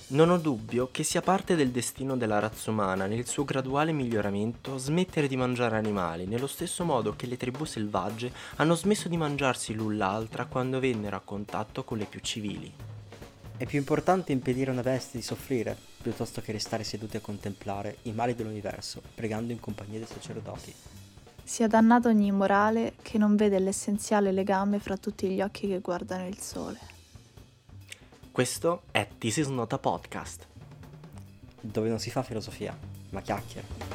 Non ho dubbio che sia parte del destino della razza umana, nel suo graduale miglioramento, smettere di mangiare animali, nello stesso modo che le tribù selvagge hanno smesso di mangiarsi l'un l'altra quando vennero a contatto con le più civili. È più importante impedire a una bestia di soffrire, piuttosto che restare seduti a contemplare i mali dell'universo, pregando in compagnia dei sacerdoti. Sia dannato ogni morale che non vede l'essenziale legame fra tutti gli occhi che guardano il sole. Questo è This is not a podcast. Dove non si fa filosofia, ma chiacchiere.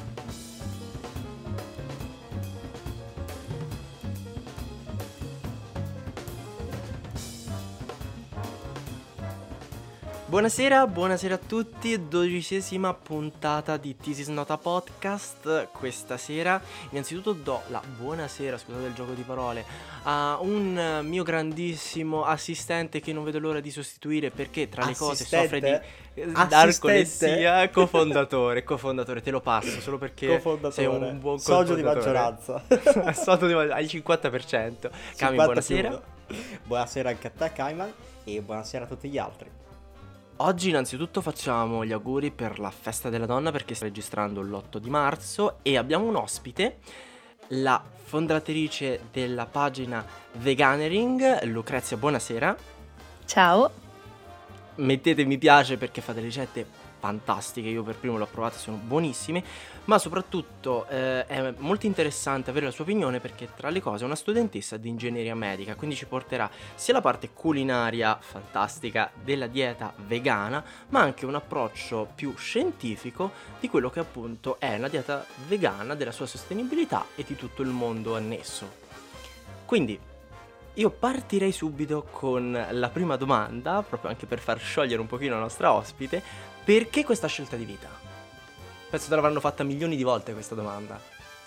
Buonasera a tutti, 12ª puntata di This is not a podcast. Questa sera innanzitutto do la buonasera, scusate il gioco di parole, a un mio grandissimo assistente che non vedo l'ora di sostituire perché tra le cose soffre di narcolessia. Cofondatore, te lo passo solo perché sei un buon socio di maggioranza. Socio di maggioranza, al 50%. Cami, buonasera. Buonasera anche a te, Kaiman, e buonasera a tutti gli altri. Oggi innanzitutto facciamo gli auguri per la festa della donna perché sto registrando l'8 di marzo e abbiamo un ospite, la fondatrice della pagina Veganering, Lucrezia, buonasera. Ciao! Mettete mi piace perché fate ricette fantastiche, io per primo l'ho provate, sono buonissime, ma soprattutto è molto interessante avere la sua opinione perché tra le cose è una studentessa di ingegneria medica, quindi ci porterà sia la parte culinaria fantastica della dieta vegana, ma anche un approccio più scientifico di quello che appunto è una dieta vegana, della sua sostenibilità e di tutto il mondo annesso. Quindi io partirei subito con la prima domanda, proprio anche per far sciogliere un pochino la nostra ospite. Perché questa scelta di vita? Penso te l'avranno fatta milioni di volte questa domanda.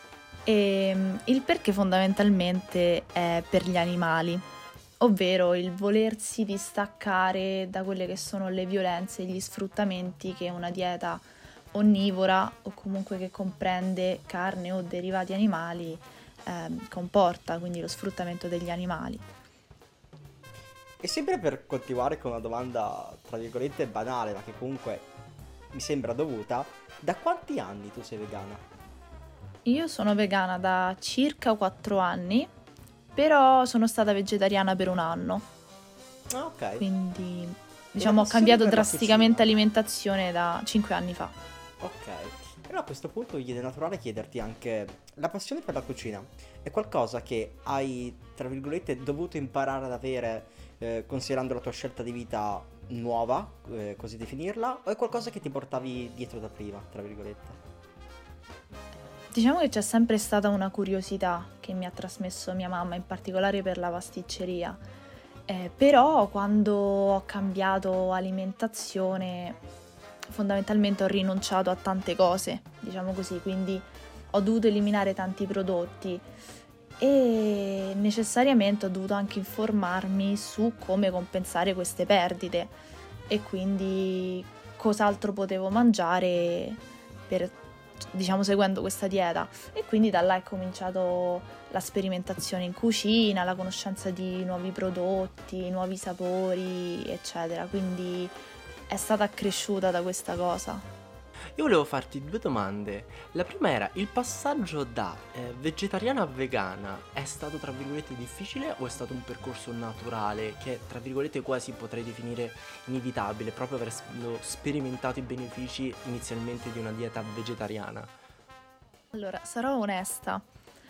Il perché fondamentalmente è per gli animali, ovvero il volersi distaccare da quelle che sono le violenze e gli sfruttamenti che una dieta onnivora o comunque che comprende carne o derivati animali comporta, quindi lo sfruttamento degli animali. E sempre per continuare con una domanda tra virgolette banale, ma che comunque mi sembra dovuta, da quanti anni tu sei vegana? Io sono vegana da circa 4 anni, però sono stata vegetariana per 1 anno. Ah, ok. Quindi diciamo ho cambiato drasticamente alimentazione da 5 anni fa. Ok. Però a questo punto gli viene naturale chiederti anche la passione per la cucina. È qualcosa che hai, tra virgolette, dovuto imparare ad avere considerando la tua scelta di vita nuova, così definirla, o è qualcosa che ti portavi dietro da prima, tra virgolette? Diciamo che c'è sempre stata una curiosità che mi ha trasmesso mia mamma, in particolare per la pasticceria. Però quando ho cambiato alimentazione, fondamentalmente ho rinunciato a tante cose, diciamo così, quindi ho dovuto eliminare tanti prodotti e necessariamente ho dovuto anche informarmi su come compensare queste perdite e quindi cos'altro potevo mangiare per, diciamo, seguendo questa dieta. E quindi da là è cominciato la sperimentazione in cucina, la conoscenza di nuovi prodotti, nuovi sapori, eccetera, quindi è stata cresciuta da questa cosa. Io volevo farti 2 domande. La prima era, il passaggio da vegetariana a vegana è stato tra virgolette difficile o è stato un percorso naturale che tra virgolette quasi potrei definire inevitabile, proprio avendo sperimentato i benefici inizialmente di una dieta vegetariana? Allora, sarò onesta.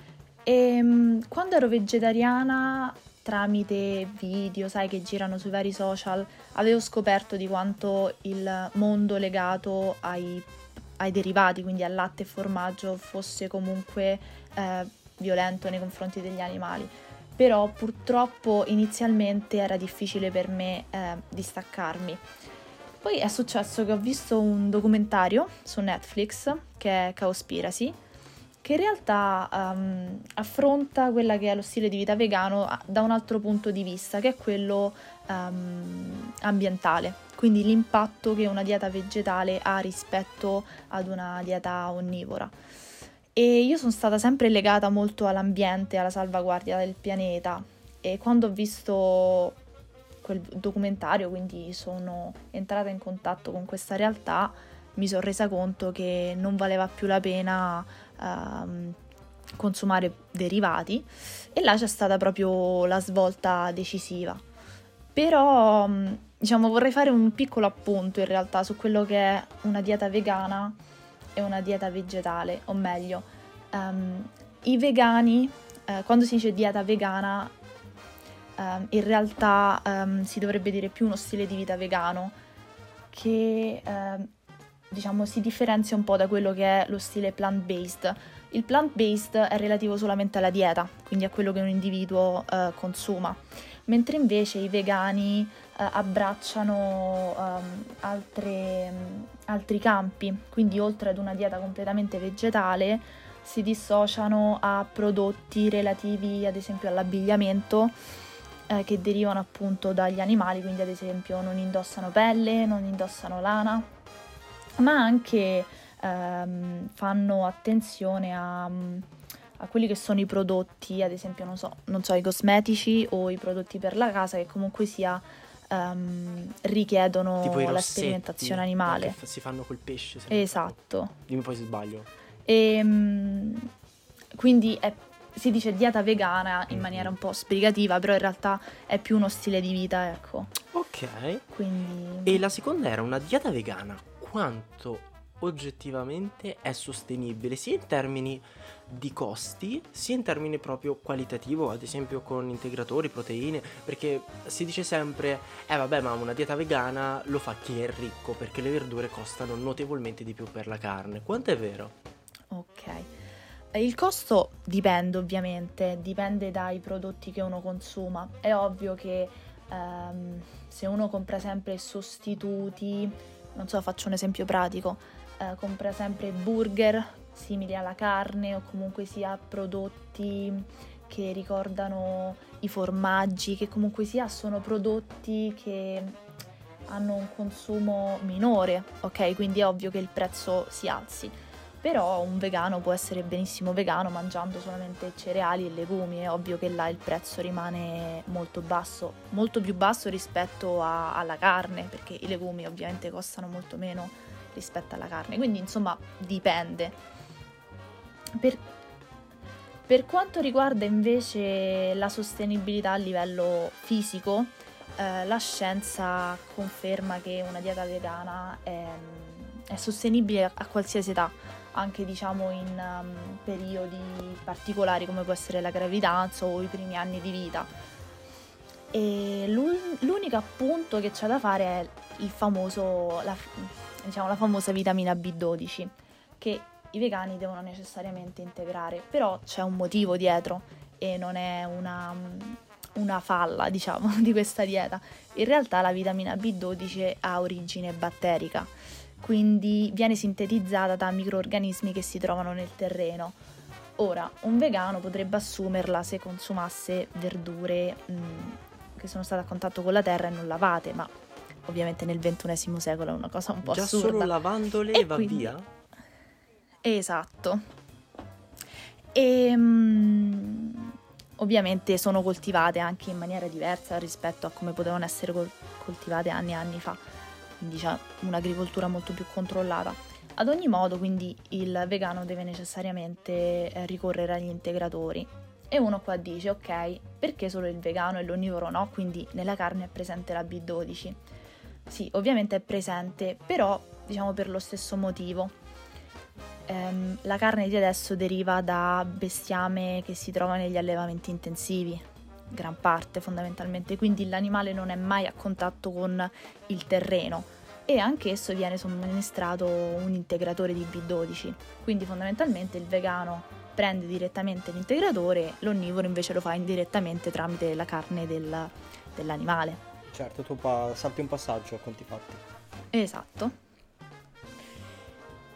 Quando ero vegetariana, tramite video, sai, che girano sui vari social, avevo scoperto di quanto il mondo legato ai derivati, quindi al latte e formaggio, fosse comunque violento nei confronti degli animali. Però purtroppo inizialmente era difficile per me distaccarmi. Poi è successo che ho visto un documentario su Netflix che è Cowspiracy, che in realtà affronta quella che è lo stile di vita vegano da un altro punto di vista, che è quello ambientale, quindi l'impatto che una dieta vegetale ha rispetto ad una dieta onnivora. E io sono stata sempre legata molto all'ambiente, alla salvaguardia del pianeta, e quando ho visto quel documentario, quindi sono entrata in contatto con questa realtà, mi sono resa conto che non valeva più la pena consumare derivati, e là c'è stata proprio la svolta decisiva. Però diciamo vorrei fare un piccolo appunto in realtà su quello che è una dieta vegana e una dieta vegetale, o meglio, i vegani, quando si dice dieta vegana, in realtà si dovrebbe dire più uno stile di vita vegano che diciamo si differenzia un po' da quello che è lo stile plant-based. Il plant-based è relativo solamente alla dieta, quindi a quello che un individuo consuma, mentre invece i vegani abbracciano altri campi, quindi oltre ad una dieta completamente vegetale si dissociano a prodotti relativi ad esempio all'abbigliamento che derivano appunto dagli animali, quindi ad esempio non indossano pelle, non indossano lana, ma anche fanno attenzione a quelli che sono i prodotti, ad esempio non so, i cosmetici o i prodotti per la casa che comunque sia richiedono tipo i la rossetti, sperimentazione animale. che si fanno col pesce. Esatto. Dimmi poi se sbaglio. E quindi si dice dieta vegana in maniera un po' sbrigativa, però in realtà è più uno stile di vita, ecco. Ok. Quindi E la seconda era una dieta vegana. Quanto oggettivamente è sostenibile sia in termini di costi sia in termini proprio qualitativo, ad esempio con integratori, proteine, perché si dice sempre vabbè, ma una dieta vegana lo fa chi è ricco perché le verdure costano notevolmente di più per la carne. Quanto è vero? ok. Il costo dipende ovviamente, dipende dai prodotti che uno consuma. È ovvio che se uno compra sempre sostituti, non so, faccio un esempio pratico, compra sempre burger simili alla carne o comunque sia prodotti che ricordano i formaggi, che comunque sia sono prodotti che hanno un consumo minore, ok? Quindi è ovvio che il prezzo si alzi. Però un vegano può essere benissimo vegano mangiando solamente cereali e legumi, è ovvio che là il prezzo rimane molto basso, molto più basso rispetto alla carne, perché i legumi ovviamente costano molto meno rispetto alla carne, quindi insomma dipende. Per quanto riguarda invece la sostenibilità a livello fisico, la scienza conferma che una dieta vegana è sostenibile a qualsiasi età, anche diciamo in periodi particolari come può essere la gravidanza o i primi anni di vita. E l'unico appunto che c'è da fare è la famosa vitamina B12 che i vegani devono necessariamente integrare, però c'è un motivo dietro e non è una falla, diciamo, di questa dieta. In realtà la vitamina B12 ha origine batterica, quindi viene sintetizzata da microrganismi che si trovano nel terreno. Ora, un vegano potrebbe assumerla se consumasse verdure che sono state a contatto con la terra e non lavate, ma ovviamente nel XXI secolo è una cosa un po' già assurda. Solo lavandole va quindi via? Esatto. E ovviamente sono coltivate anche in maniera diversa rispetto a come potevano essere coltivate anni e anni fa, quindi c'è un'agricoltura molto più controllata. Ad ogni modo, quindi il vegano deve necessariamente ricorrere agli integratori. E uno qua dice, ok, perché solo il vegano e l'onnivoro no? Quindi nella carne è presente la B12. Sì, ovviamente è presente, però diciamo per lo stesso motivo. La carne di adesso deriva da bestiame che si trova negli allevamenti intensivi, gran parte fondamentalmente, quindi l'animale non è mai a contatto con il terreno e anch'esso viene somministrato un integratore di B12, quindi fondamentalmente il vegano prende direttamente l'integratore, l'onnivoro invece lo fa indirettamente tramite la carne dell'animale. Certo, tu salti un passaggio a conti fatti. Esatto.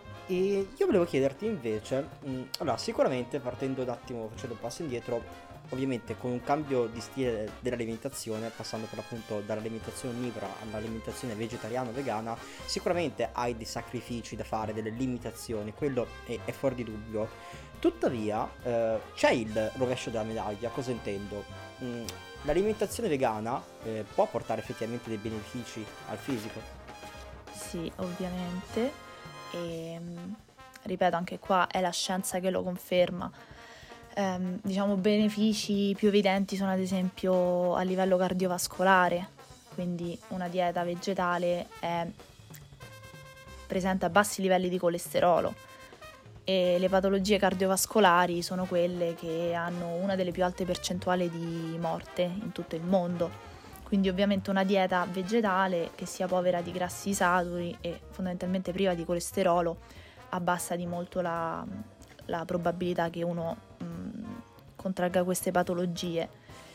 E io volevo chiederti invece, allora sicuramente partendo un attimo, facendo un passo indietro, ovviamente con un cambio di stile dell'alimentazione, passando per l'appunto dall'alimentazione onnivora all'alimentazione vegetariano-vegana, sicuramente hai dei sacrifici da fare, delle limitazioni, quello è fuori di dubbio. Tuttavia c'è il rovescio della medaglia. Cosa intendo? L'alimentazione vegana può portare effettivamente dei benefici al fisico. Sì, ovviamente. E ripeto, anche qua è la scienza che lo conferma. Diciamo, benefici più evidenti sono ad esempio a livello cardiovascolare, quindi una dieta vegetale presenta bassi livelli di colesterolo e le patologie cardiovascolari sono quelle che hanno una delle più alte percentuali di morte in tutto il mondo. Quindi ovviamente una dieta vegetale che sia povera di grassi saturi e fondamentalmente priva di colesterolo abbassa di molto la probabilità che uno contragga queste patologie.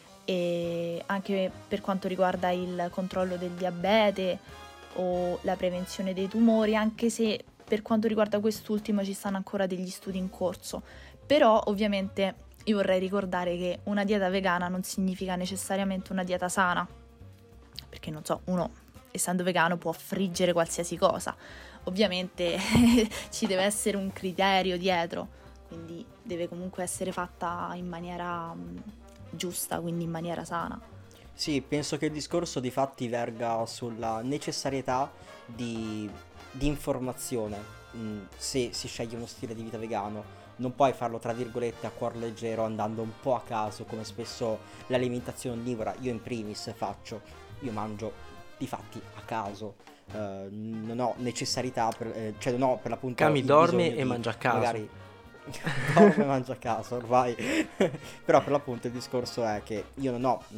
E anche per quanto riguarda il controllo del diabete o la prevenzione dei tumori, anche se per quanto riguarda quest'ultimo ci stanno ancora degli studi in corso, però ovviamente io vorrei ricordare che una dieta vegana non significa necessariamente una dieta sana, perché non so, uno essendo vegano può friggere qualsiasi cosa, ovviamente ci deve essere un criterio dietro, quindi deve comunque essere fatta in maniera giusta, quindi in maniera sana. Sì, penso che il discorso di fatti verga sulla necessarietà di informazione. Se si sceglie uno stile di vita vegano, non puoi farlo tra virgolette a cuor leggero, andando un po' a caso, come spesso l'alimentazione onnivora, io in primis faccio. Io mangio di fatti a caso, non ho necessità, cioè non ho per l'appunto Cami il dorme bisogno e di mangia a caso. magari dorme e mangia a caso ormai. Però per l'appunto il discorso è che io non ho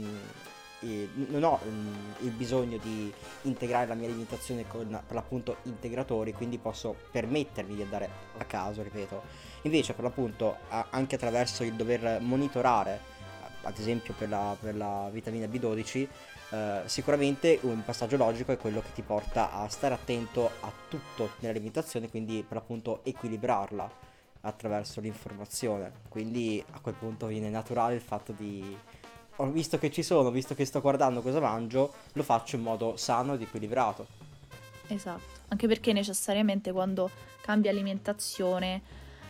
il bisogno di integrare la mia alimentazione con per l'appunto integratori, quindi posso permettermi di andare a caso, ripeto. Invece per l'appunto anche attraverso il dover monitorare, ad esempio per la vitamina B12, sicuramente un passaggio logico è quello che ti porta a stare attento a tutto nell'alimentazione, quindi per l'appunto equilibrarla attraverso l'informazione. Quindi a quel punto viene naturale il fatto di visto che ci sono, visto che sto guardando cosa mangio, lo faccio in modo sano ed equilibrato. Esatto, anche perché necessariamente quando cambi alimentazione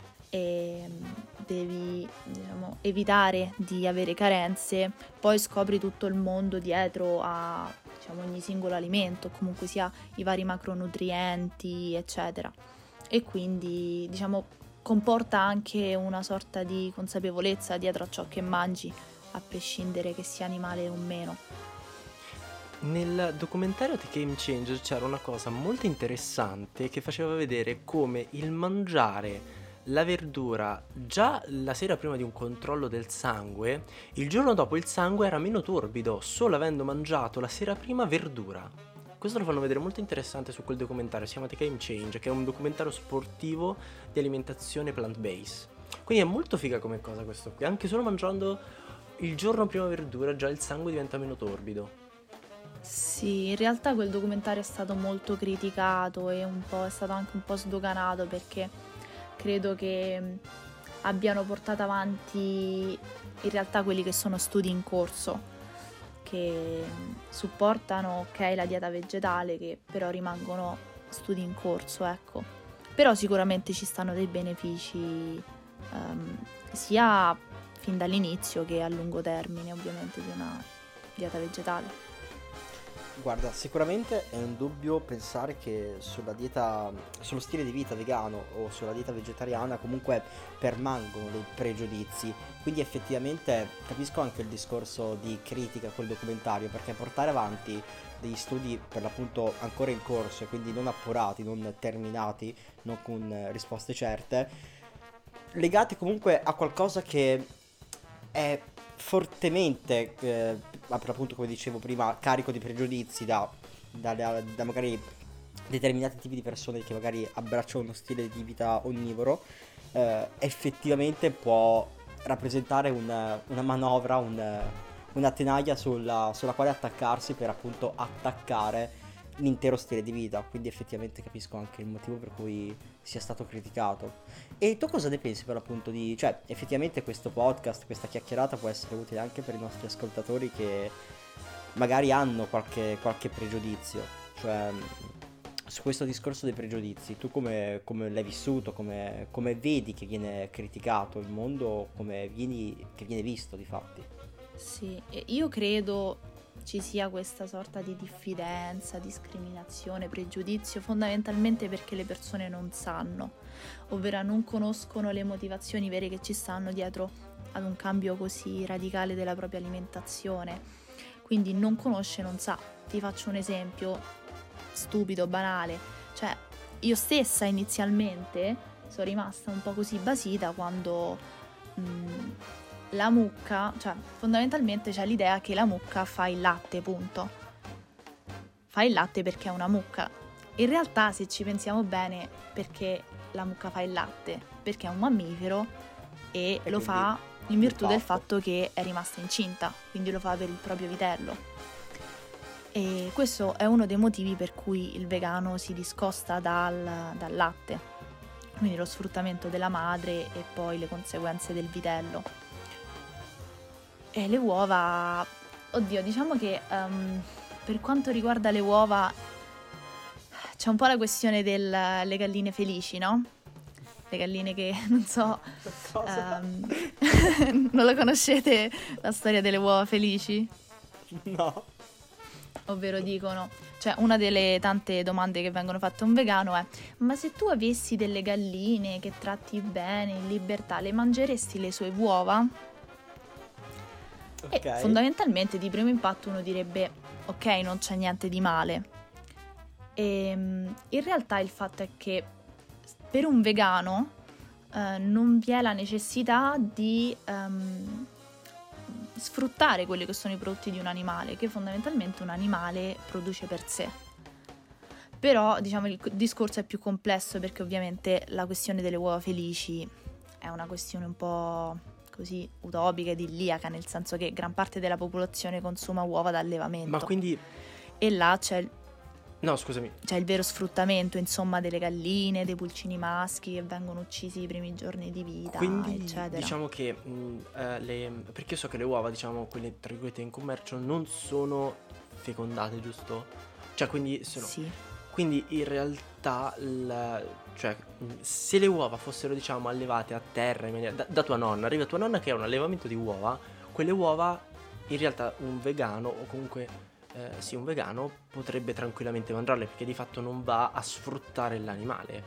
devi, diciamo, evitare di avere carenze, poi scopri tutto il mondo dietro a, diciamo, ogni singolo alimento, comunque sia i vari macronutrienti, eccetera. E quindi, diciamo, comporta anche una sorta di consapevolezza dietro a ciò che mangi, a prescindere che sia animale o meno. Nel documentario The Game Changer c'era una cosa molto interessante che faceva vedere come il mangiare la verdura già la sera prima di un controllo del sangue, il giorno dopo il sangue era meno torbido, solo avendo mangiato la sera prima verdura. Questo lo fanno vedere molto interessante su quel documentario, si chiama The Game Changer, che è un documentario sportivo di alimentazione plant-based. Quindi è molto figa come cosa questo qui, anche solo mangiando il giorno prima verdura già il sangue diventa meno torbido. Sì, in realtà quel documentario è stato molto criticato e è stato anche un po' sdoganato, perché credo che abbiano portato avanti in realtà quelli che sono studi in corso, che supportano la dieta vegetale, che però rimangono studi in corso, ecco. Però sicuramente ci stanno dei benefici sia fin dall'inizio che a lungo termine, ovviamente, di una dieta vegetale. Guarda, sicuramente è un dubbio pensare che sulla dieta, sullo stile di vita vegano o sulla dieta vegetariana comunque permangono dei pregiudizi, quindi effettivamente capisco anche il discorso di critica a quel documentario, perché portare avanti degli studi per l'appunto ancora in corso e quindi non appurati, non terminati, non con risposte certe, legati comunque a qualcosa che è fortemente, per appunto come dicevo prima, carico di pregiudizi da magari determinati tipi di persone che magari abbracciano uno stile di vita onnivoro, effettivamente può rappresentare una manovra, una tenaglia sulla quale attaccarsi per appunto attaccare l'intero stile di vita, quindi effettivamente capisco anche il motivo per cui sia stato criticato. E tu cosa ne pensi per l'appunto di... cioè, effettivamente questo podcast, questa chiacchierata può essere utile anche per i nostri ascoltatori che magari hanno qualche pregiudizio, cioè su questo discorso dei pregiudizi, tu come l'hai vissuto, come vedi che viene criticato il mondo, che viene visto di fatti? Sì, e io credo ci sia questa sorta di diffidenza, discriminazione, pregiudizio, fondamentalmente perché le persone non sanno, ovvero non conoscono le motivazioni vere che ci stanno dietro ad un cambio così radicale della propria alimentazione. Quindi non conosce, non sa. Ti faccio un esempio stupido, banale. Cioè, io stessa inizialmente sono rimasta un po' così basita quando la mucca, cioè fondamentalmente c'è l'idea che la mucca fa il latte, punto. Fa il latte perché è una mucca. In realtà, se ci pensiamo bene, perché la mucca fa il latte? Perché è un mammifero e lo fa in virtù del fatto che è rimasta incinta, quindi lo fa per il proprio vitello. E questo è uno dei motivi per cui il vegano si discosta dal latte, quindi lo sfruttamento della madre e poi le conseguenze del vitello. E le uova, oddio, diciamo che per quanto riguarda le uova c'è un po' la questione delle galline felici, no? Le galline che, non so, non la conoscete la storia delle uova felici? No. Ovvero dicono, cioè una delle tante domande che vengono fatte a un vegano è: ma se tu avessi delle galline che tratti bene, in libertà, le mangeresti le sue uova? Okay. E fondamentalmente di primo impatto uno direbbe: ok, non c'è niente di male. E in realtà il fatto è che per un vegano non vi è la necessità di sfruttare quelli che sono i prodotti di un animale, che fondamentalmente un animale produce per sé. Però diciamo il discorso è più complesso, perché ovviamente la questione delle uova felici è una questione un po' così utopica ed idilliaca, nel senso che gran parte della popolazione consuma uova d'allevamento. Ma quindi... E là c'è No, scusami. c'è il vero sfruttamento, insomma, delle galline, dei pulcini maschi che vengono uccisi i primi giorni di vita, Quindi eccetera. diciamo che perché io so che le uova, diciamo, quelle tra virgolette in commercio, non sono fecondate, giusto? Cioè, quindi sono... Sì. Quindi in realtà, cioè, se le uova fossero, diciamo, allevate a terra in maniera, da tua nonna, arriva tua nonna che ha un allevamento di uova, quelle uova in realtà un vegano o comunque sì, un vegano potrebbe tranquillamente mangiarle, perché di fatto non va a sfruttare l'animale.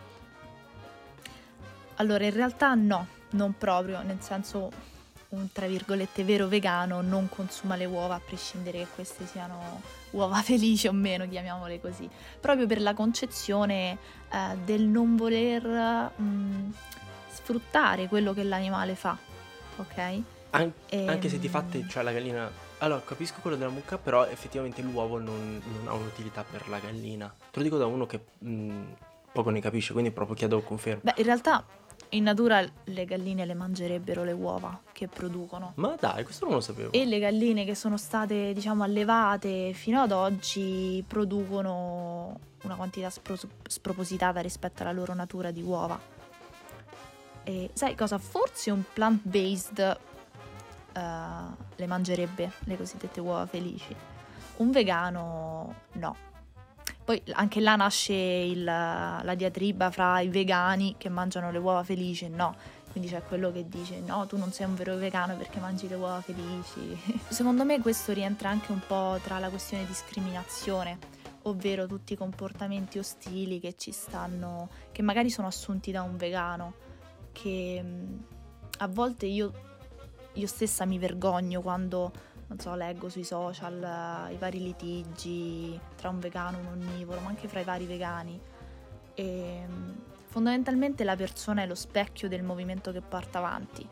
Allora, in realtà no, non proprio, nel senso un tra virgolette vero vegano non consuma le uova, a prescindere che queste siano uova felici o meno, chiamiamole così, proprio per la concezione del non voler sfruttare quello che l'animale fa, ok? Anche se di fatto, cioè, la gallina... Allora, capisco quello della mucca, però effettivamente l'uovo non ha un'utilità per la gallina. Te lo dico da uno che poco ne capisce, quindi proprio chiedo conferma. Beh, in realtà in natura le galline le mangerebbero le uova che producono. Ma dai, questo non lo sapevo. E le galline che sono state, diciamo, allevate fino ad oggi producono una quantità spropositata rispetto alla loro natura di uova. E sai cosa? Forse un plant-based le mangerebbe, le cosiddette uova felici. Un vegano no. Poi anche là nasce la diatriba fra i vegani che mangiano le uova felici e no. Quindi c'è quello che dice: no, tu non sei un vero vegano perché mangi le uova felici. Secondo me questo rientra anche un po' tra la questione discriminazione, ovvero tutti i comportamenti ostili che ci stanno, che magari sono assunti da un vegano, che a volte io stessa mi vergogno quando, non so, leggo sui social i vari litigi tra un vegano e un onnivoro, ma anche fra i vari vegani. E fondamentalmente la persona è lo specchio del movimento che porta avanti.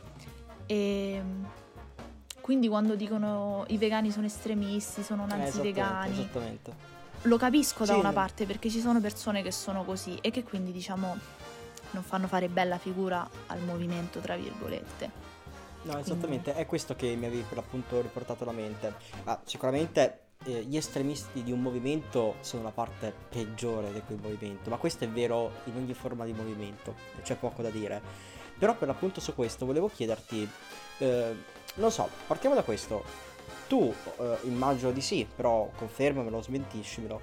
E quindi quando dicono i vegani sono estremisti, sono nazi-vegani, esattamente. Lo capisco da Sì. una parte, perché ci sono persone che sono così e che quindi, diciamo, non fanno fare bella figura al movimento, tra virgolette. No, esattamente, è questo che mi avevi per l'appunto riportato alla mente. Sicuramente gli estremisti di un movimento sono la parte peggiore di quel movimento, ma questo è vero in ogni forma di movimento, c'è poco da dire. Però per l'appunto su questo volevo chiederti, non so, partiamo da questo. Tu immagino di sì, però confermamelo, smentiscimelo.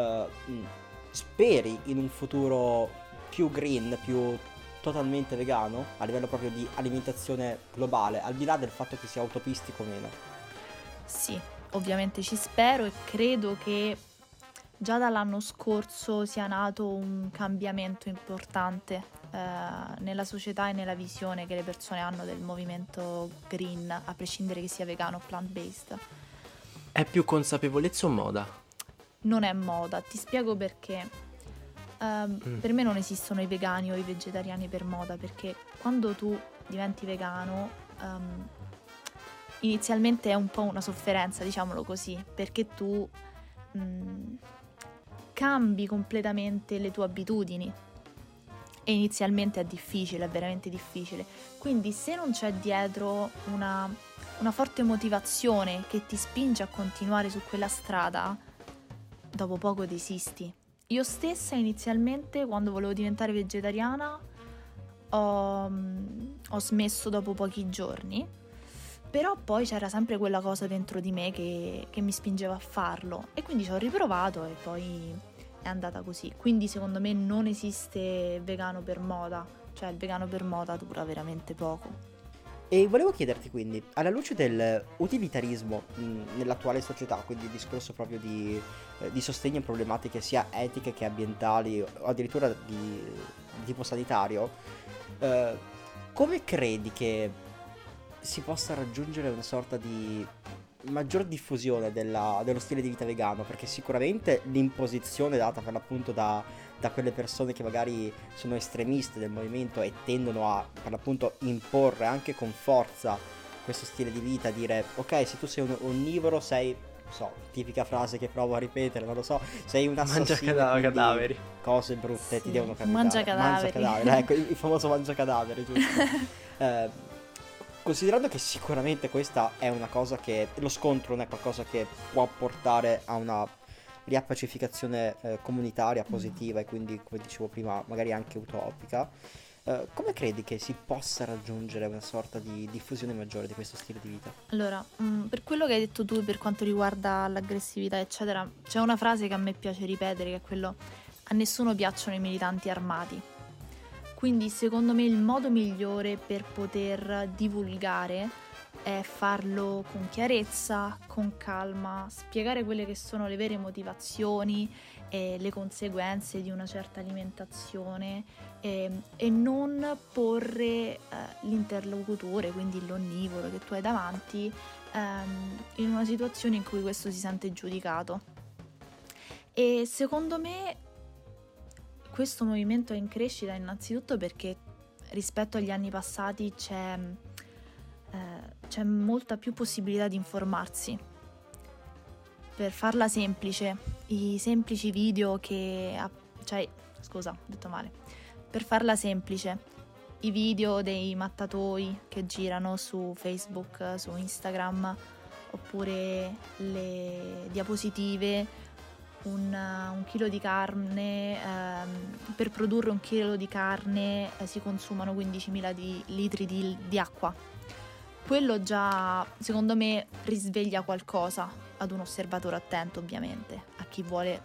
Speri in un futuro più green, più totalmente vegano, a livello proprio di alimentazione globale, al di là del fatto che sia utopistico o meno? Sì, ovviamente ci spero e credo che già dall'anno scorso sia nato un cambiamento importante nella società e nella visione che le persone hanno del movimento green, a prescindere che sia vegano o plant-based. È più consapevolezza o moda? Non è moda, ti spiego perché. Per me non esistono i vegani o i vegetariani per moda, perché quando tu diventi vegano inizialmente è un po' una sofferenza, diciamolo così, perché tu cambi completamente le tue abitudini e inizialmente è difficile, è veramente difficile. Quindi se non c'è dietro una forte motivazione che ti spinge a continuare su quella strada, dopo poco desisti. Io stessa inizialmente, quando volevo diventare vegetariana, ho smesso dopo pochi giorni, però poi c'era sempre quella cosa dentro di me che mi spingeva a farlo, e quindi ci ho riprovato e poi è andata così. Quindi secondo me non esiste vegano per moda, cioè il vegano per moda dura veramente poco. E volevo chiederti quindi, alla luce del utilitarismo nell'attuale società, quindi il discorso proprio di sostegno a problematiche sia etiche che ambientali o addirittura di tipo sanitario, come credi che si possa raggiungere una sorta di maggior diffusione dello stile di vita vegano? Perché sicuramente l'imposizione data per l'appunto da quelle persone che magari sono estremiste del movimento e tendono a per l'appunto imporre anche con forza questo stile di vita, dire ok, se tu sei un onnivoro sei, non so, tipica frase che provo a ripetere, non lo so, sei un assassino, quindi cadaveri. cose brutte Sì, ti devono capitare. mangia cadaveri. Ecco, il famoso mangia cadaveri, giusto? Considerando che sicuramente questa è una cosa che lo scontro non è qualcosa che può portare a una riappacificazione comunitaria positiva e quindi, come dicevo prima, magari anche utopica, come credi che si possa raggiungere una sorta di diffusione maggiore di questo stile di vita? Allora, per quello che hai detto tu per quanto riguarda l'aggressività eccetera, c'è una frase che a me piace ripetere, che è quello: a nessuno piacciono i militanti armati. Quindi secondo me il modo migliore per poter divulgare è farlo con chiarezza, con calma, spiegare quelle che sono le vere motivazioni e le conseguenze di una certa alimentazione, e non porre l'interlocutore, quindi l'onnivoro che tu hai davanti, in una situazione in cui questo si sente giudicato. E secondo me questo movimento è in crescita innanzitutto perché rispetto agli anni passati c'è molta più possibilità di informarsi. Per farla semplice, i semplici video per farla semplice, i video dei mattatoi che girano su Facebook, su Instagram, oppure le diapositive. Un chilo di carne, per produrre un chilo di carne si consumano 15.000 litri di acqua. Quello già, secondo me, risveglia qualcosa ad un osservatore attento, ovviamente, a chi vuole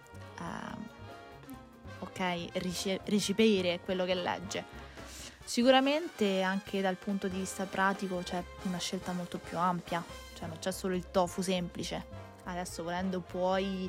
recepire quello che legge. Sicuramente anche dal punto di vista pratico c'è una scelta molto più ampia, cioè non c'è solo il tofu semplice. Adesso volendo puoi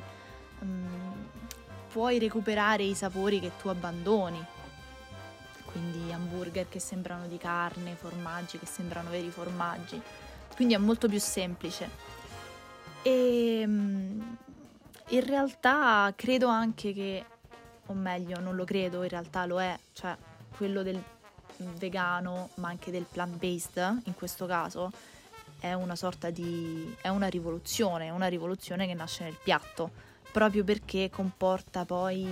recuperare i sapori che tu abbandoni, quindi hamburger che sembrano di carne, formaggi che sembrano veri formaggi, quindi è molto più semplice. E in realtà credo anche che, o meglio non lo credo, in realtà lo è, cioè quello del vegano ma anche del plant-based in questo caso è una sorta di è una rivoluzione che nasce nel piatto, proprio perché comporta poi,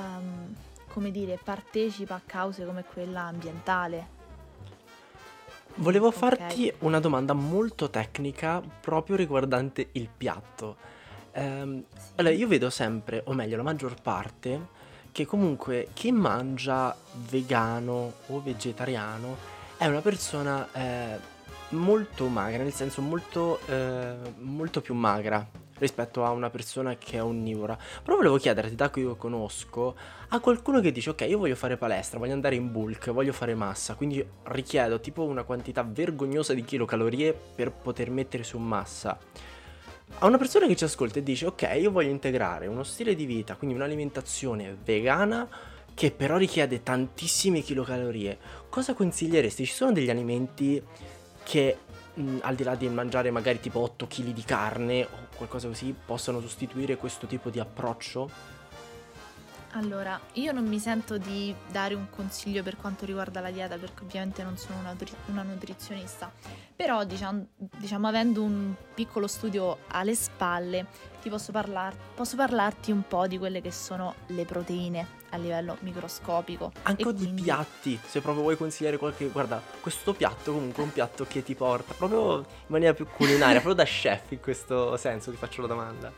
partecipa a cause come quella ambientale. Volevo Ok. farti una domanda molto tecnica proprio riguardante il piatto. Allora, Sì. io vedo sempre, o meglio, la maggior parte, che comunque chi mangia vegano o vegetariano è una persona molto magra, nel senso molto più magra rispetto a una persona che è onnivora. Però volevo chiederti, da cui io conosco, a qualcuno che dice ok, io voglio fare palestra, voglio andare in bulk, voglio fare massa, quindi richiedo tipo una quantità vergognosa di chilocalorie per poter mettere su massa. A una persona che ci ascolta e dice ok, io voglio integrare uno stile di vita, quindi un'alimentazione vegana che però richiede tantissime chilocalorie, cosa consiglieresti? Ci sono degli alimenti che al di là di mangiare magari tipo 8 kg di carne o qualcosa così possono sostituire questo tipo di approccio? Allora, io non mi sento di dare un consiglio per quanto riguarda la dieta, perché ovviamente non sono una nutrizionista, però diciamo, avendo un piccolo studio alle spalle, posso parlarti un po' di quelle che sono le proteine a livello microscopico e Anche di quindi piatti, se proprio vuoi consigliare qualche... Guarda, questo piatto comunque è un piatto che ti porta proprio in maniera più culinaria, proprio da chef in questo senso, ti faccio la domanda.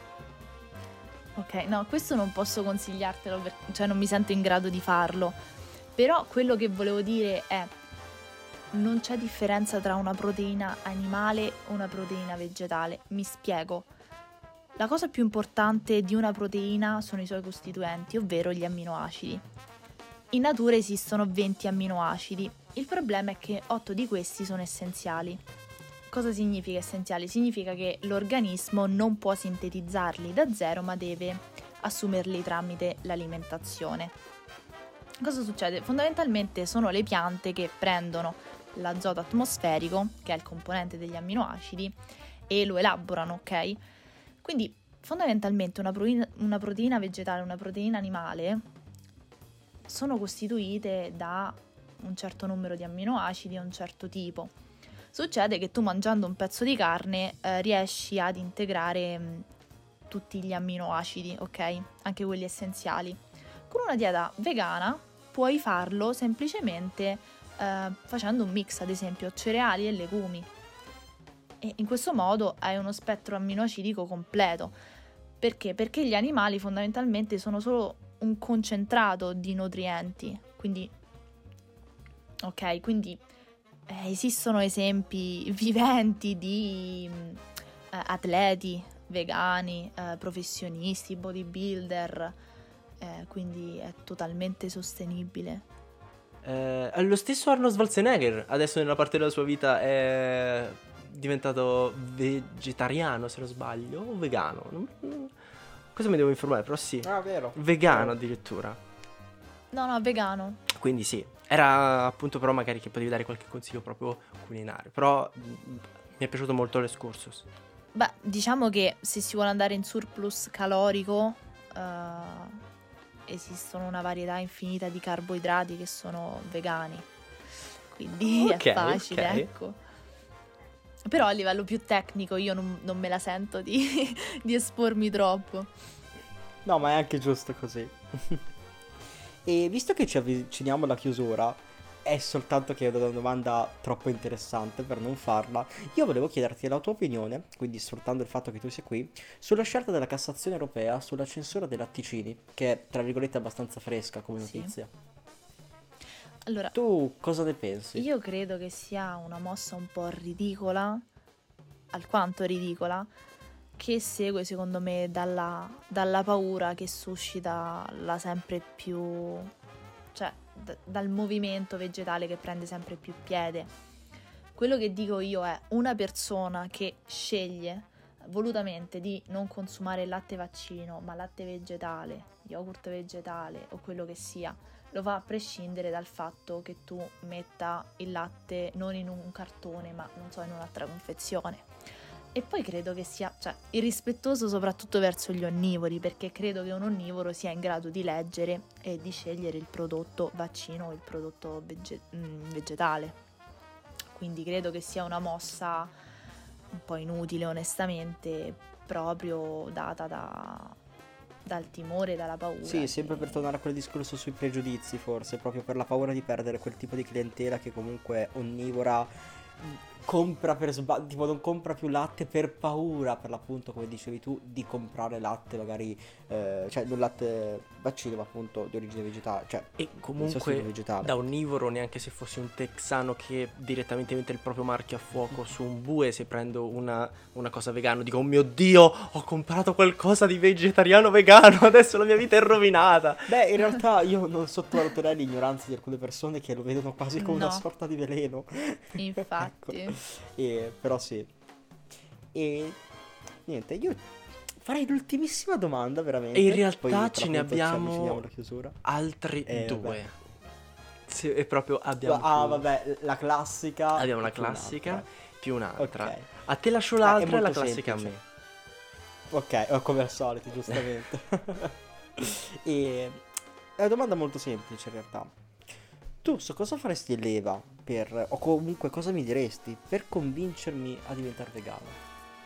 ok, no, questo non posso consigliartelo, cioè non mi sento in grado di farlo, però quello che volevo dire è non c'è differenza tra una proteina animale e una proteina vegetale. Mi spiego. La cosa più importante di una proteina sono i suoi costituenti, ovvero gli amminoacidi. In natura esistono 20 amminoacidi. Il problema è che 8 di questi sono essenziali. Cosa significa essenziali? Significa che l'organismo non può sintetizzarli da zero, ma deve assumerli tramite l'alimentazione. Cosa succede? Fondamentalmente sono le piante che prendono l'azoto atmosferico, che è il componente degli amminoacidi, e lo elaborano, ok? Quindi fondamentalmente una proteina vegetale e una proteina animale sono costituite da un certo numero di amminoacidi a un certo tipo. Succede che tu mangiando un pezzo di carne riesci ad integrare tutti gli amminoacidi, ok? Anche quelli essenziali. Con una dieta vegana puoi farlo semplicemente facendo un mix, ad esempio cereali e legumi. E in questo modo hai uno spettro amminoacidico completo. Perché? Perché gli animali fondamentalmente sono solo un concentrato di nutrienti. Quindi, ok, quindi esistono esempi viventi di atleti vegani, professionisti, bodybuilder, quindi è totalmente sostenibile. Lo stesso Arnold Schwarzenegger adesso nella parte della sua vita è diventato vegetariano, se non sbaglio, o vegano. Cosa mi devo informare? Però sì, Ah, vero. vegano Vero. addirittura. No, no, vegano. Quindi sì, era appunto però magari che potevi dare qualche consiglio proprio culinario. Però mi è piaciuto molto l'escursus. Beh, diciamo che se si vuole andare in surplus calorico, esistono una varietà infinita di carboidrati che sono vegani. Quindi è Ok, facile, ok. ecco. Però a livello più tecnico io non me la sento di espormi troppo. No, ma è anche giusto così. E visto che ci avviciniamo alla chiusura, è soltanto che è una domanda troppo interessante per non farla. Io volevo chiederti la tua opinione, quindi sfruttando il fatto che tu sia qui, sulla scelta della Cassazione europea sulla censura dei latticini, che è tra virgolette abbastanza fresca come Sì. notizia. Allora, Tu cosa ne pensi? io credo che sia una mossa un po' ridicola, alquanto ridicola, che segue secondo me dalla paura che suscita la sempre più, cioè dal movimento vegetale che prende sempre più piede. Quello che dico io è una persona che sceglie volutamente di non consumare latte vaccino, ma latte vegetale, yogurt vegetale o quello che sia, lo fa a prescindere dal fatto che tu metta il latte non in un cartone, ma non so, in un'altra confezione. E poi credo che sia, cioè, irrispettoso soprattutto verso gli onnivori, perché credo che un onnivoro sia in grado di leggere e di scegliere il prodotto vaccino o il prodotto vegetale. Quindi credo che sia una mossa un po' inutile, onestamente, proprio data dal timore, dalla paura. Sì, sempre per tornare a quel discorso sui pregiudizi, forse, proprio per la paura di perdere quel tipo di clientela che comunque è onnivora, compra per tipo non compra più latte per paura, per l'appunto, come dicevi tu, di comprare latte magari, cioè non latte vaccino, ma appunto di origine vegetale, cioè E in comunque sostituto vegetale. da onnivoro, neanche se fossi un texano che direttamente mette il proprio marchio a fuoco su un bue, se prendo una cosa vegana dico: oh mio Dio, ho comprato qualcosa di vegetariano vegano, adesso la mia vita è rovinata. Beh, in realtà io non sottovaluterei l'ignoranza di alcune persone che lo vedono quasi come una No. sorta di veleno. Infatti. Ecco. Però sì. E niente, io farei l'ultimissima domanda, veramente. E in Poi, realtà per ce ne l'appunto, ci abbiamo avviciniamo alla chiusura. altri Vabbè. due. Sì, e proprio abbiamo Vabbè, la classica. abbiamo la più un'altra. classica più un'altra. Ok. A te lascio È l'altra e la molto classica semplice. a me. Ok, come al solito, giustamente. E è una domanda molto semplice, in realtà. Tu su cosa faresti leva per, o comunque cosa mi diresti per convincermi a diventare vegano?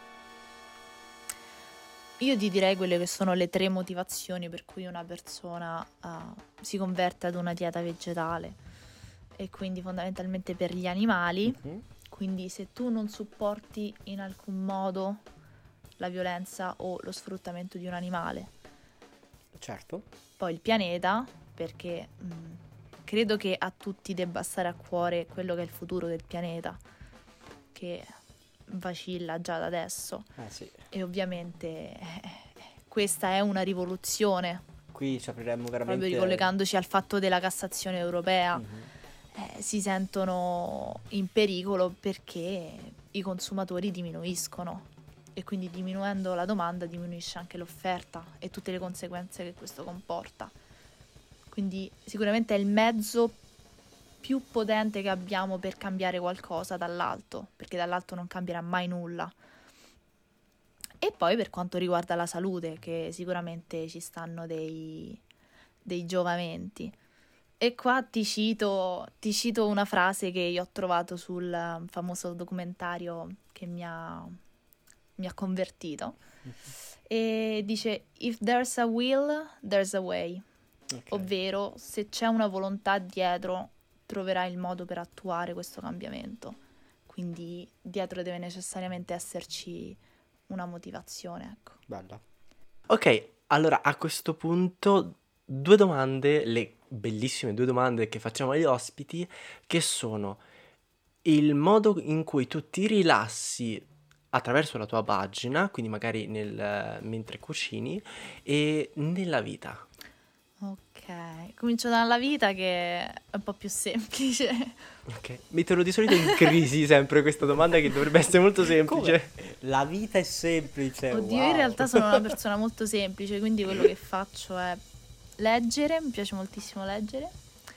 Io ti direi quelle che sono le 3 motivazioni per cui una persona si converte ad una dieta vegetale, e quindi fondamentalmente per gli animali. Mhm. Quindi se tu non supporti in alcun modo la violenza o lo sfruttamento di un animale, Certo. poi il pianeta, perché credo che a tutti debba stare a cuore quello che è il futuro del pianeta, che vacilla già da adesso, Sì. e ovviamente questa è una rivoluzione, Qui ci apriremmo veramente. proprio ricollegandoci al fatto della Cassazione europea. Mhm. Si sentono in pericolo perché i consumatori diminuiscono, e quindi diminuendo la domanda diminuisce anche l'offerta e tutte le conseguenze che questo comporta. Quindi sicuramente è il mezzo più potente che abbiamo per cambiare qualcosa dall'alto, perché dall'alto non cambierà mai nulla. E poi per quanto riguarda la salute, che sicuramente ci stanno dei giovamenti. E qua ti cito una frase che io ho trovato sul famoso documentario che mi ha convertito. E dice: If there's a will, there's a way. Ok. Ovvero, se c'è una volontà dietro, troverai il modo per attuare questo cambiamento. Quindi dietro deve necessariamente esserci una motivazione, ecco. Bella. Ok, allora a questo punto 2 domande, le bellissime 2 domande che facciamo agli ospiti, che sono il modo in cui tu ti rilassi attraverso la tua pagina, quindi magari mentre cucini, e nella vita. Ok, comincio dalla vita, che è un po' più semplice. Ok, metterlo di solito in crisi sempre questa domanda, che dovrebbe essere molto semplice. Come? La vita è semplice. Oddio, wow. in realtà sono una persona molto semplice, quindi quello che faccio è leggere, mi piace moltissimo leggere,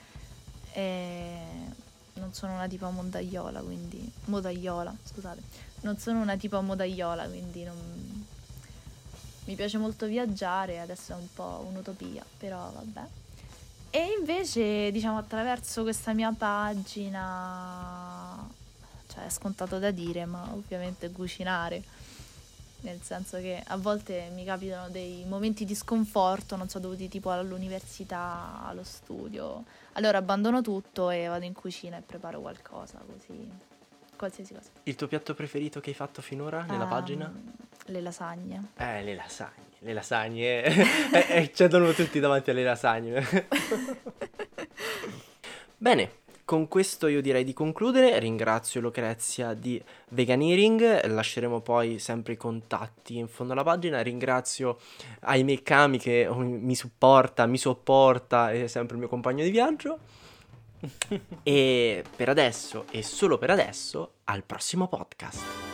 e non sono una tipa modaiola, quindi non sono una tipa modaiola, quindi non mi piace molto viaggiare, adesso è un po' un'utopia, però vabbè. E invece, diciamo, attraverso questa mia pagina, cioè è scontato da dire, ma ovviamente cucinare. Nel senso che a volte mi capitano dei momenti di sconforto, non so, dovuti tipo all'università, allo studio. Allora abbandono tutto e vado in cucina e preparo qualcosa, così, qualsiasi cosa. Il tuo piatto preferito che hai fatto finora nella pagina? Le lasagne. Le lasagne, cedono tutti davanti alle lasagne. Bene, con questo io direi di concludere. Ringrazio Lucrezia di Veganeering, lasceremo poi sempre i contatti in fondo alla pagina. Ringrazio Aimee Kami che mi sopporta, è sempre il mio compagno di viaggio. E per adesso, e solo per adesso, al prossimo podcast.